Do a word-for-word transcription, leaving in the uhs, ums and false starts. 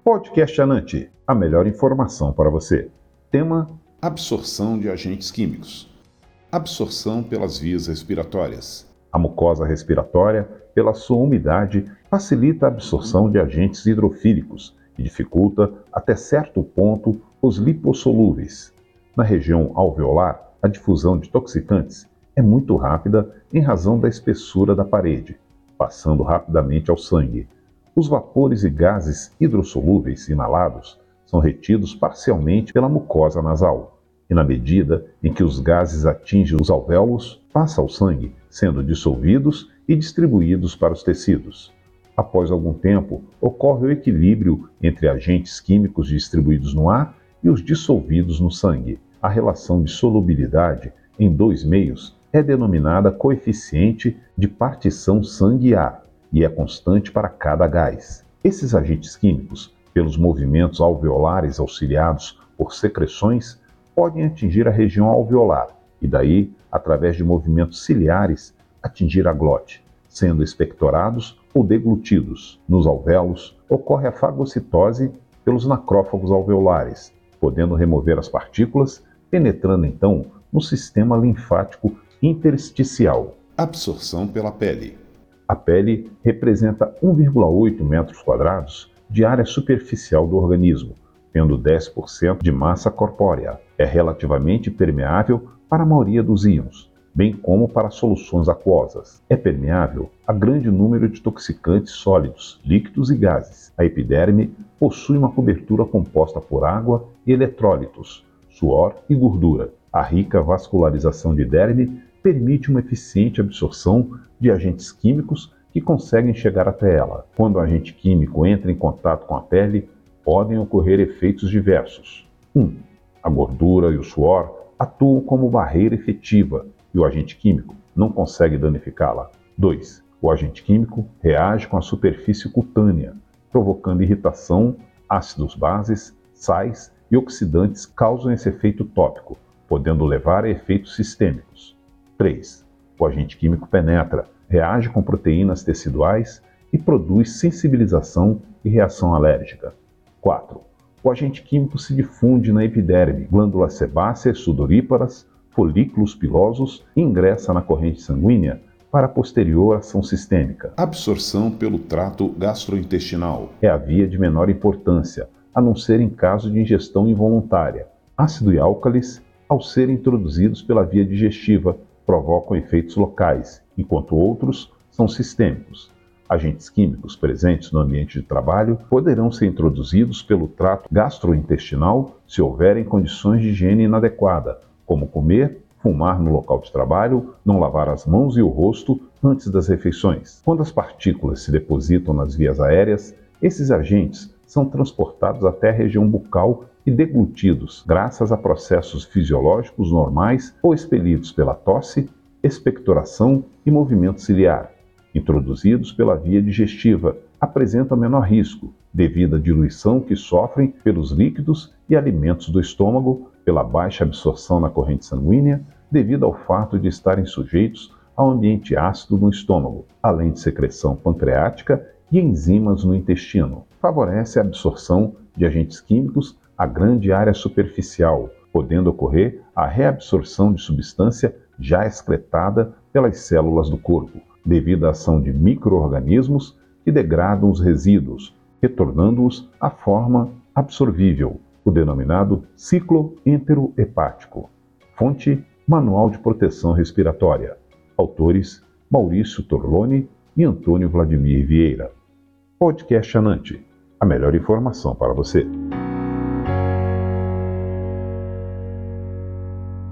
Podcast Anante, a melhor informação para você. Tema: absorção de agentes químicos. Absorção pelas vias respiratórias. A mucosa respiratória, pela sua umidade, facilita a absorção de agentes hidrofílicos e dificulta, até certo ponto, os lipossolúveis. Na região alveolar, a difusão de toxicantes é muito rápida em razão da espessura da parede, passando rapidamente ao sangue. Os vapores e gases hidrossolúveis inalados são retidos parcialmente pela mucosa nasal, e na medida em que os gases atingem os alvéolos, passa ao sangue, sendo dissolvidos e distribuídos para os tecidos. Após algum tempo, ocorre o equilíbrio entre agentes químicos distribuídos no ar e os dissolvidos no sangue. A relação de solubilidade em dois meios é denominada coeficiente de partição sangue-ar e é constante para cada gás. Esses agentes químicos, pelos movimentos alveolares auxiliados por secreções, podem atingir a região alveolar e daí, através de movimentos ciliares, atingir a glote, sendo expectorados ou deglutidos. Nos alvéolos, ocorre a fagocitose pelos macrófagos alveolares, podendo remover as partículas, penetrando então no sistema linfático intersticial. Absorção pela pele. A pele representa um vírgula oito metros quadrados de área superficial do organismo, tendo dez por cento de massa corpórea. É relativamente permeável para a maioria dos íons, bem como para soluções aquosas. É permeável a grande número de toxicantes sólidos, líquidos e gases. A epiderme possui uma cobertura composta por água e eletrólitos, suor e gordura. A rica vascularização de derme permite uma eficiente absorção de agentes químicos que conseguem chegar até ela. Quando o agente químico entra em contato com a pele, podem ocorrer efeitos diversos. um. A gordura e o suor atuam como barreira efetiva e o agente químico não consegue danificá-la. dois. O agente químico reage com a superfície cutânea, provocando irritação, ácidos bases, sais e oxidantes causam esse efeito tópico, podendo levar a efeitos sistêmicos. três. O agente químico penetra, reage com proteínas teciduais e produz sensibilização e reação alérgica. quatro. O agente químico se difunde na epiderme, glândulas sebáceas sudoríparas, folículos pilosos e ingressa na corrente sanguínea para posterior ação sistêmica. Absorção pelo trato gastrointestinal. É a via de menor importância, a não ser em caso de ingestão involuntária. Ácido e álcalis, ao serem introduzidos pela via digestiva, provocam efeitos locais, enquanto outros são sistêmicos. Agentes químicos presentes no ambiente de trabalho poderão ser introduzidos pelo trato gastrointestinal se houverem condições de higiene inadequada, como comer, fumar no local de trabalho, não lavar as mãos e o rosto antes das refeições. Quando as partículas se depositam nas vias aéreas, esses agentes são transportados até a região bucal e deglutidos, graças a processos fisiológicos normais ou expelidos pela tosse, expectoração e movimento ciliar. Introduzidos pela via digestiva, apresentam menor risco, devido à diluição que sofrem pelos líquidos e alimentos do estômago, pela baixa absorção na corrente sanguínea, devido ao fato de estarem sujeitos ao ambiente ácido no estômago, além de secreção pancreática e enzimas no intestino. Favorece a absorção de agentes químicos a grande área superficial, podendo ocorrer a reabsorção de substância já excretada pelas células do corpo, devido à ação de micro-organismos que degradam os resíduos, retornando-os à forma absorvível, o denominado ciclo enterohepático. Fonte: Manual de Proteção Respiratória. Autores: Maurício Torloni e Antônio Vladimir Vieira. Podcast Anante, a melhor informação para você.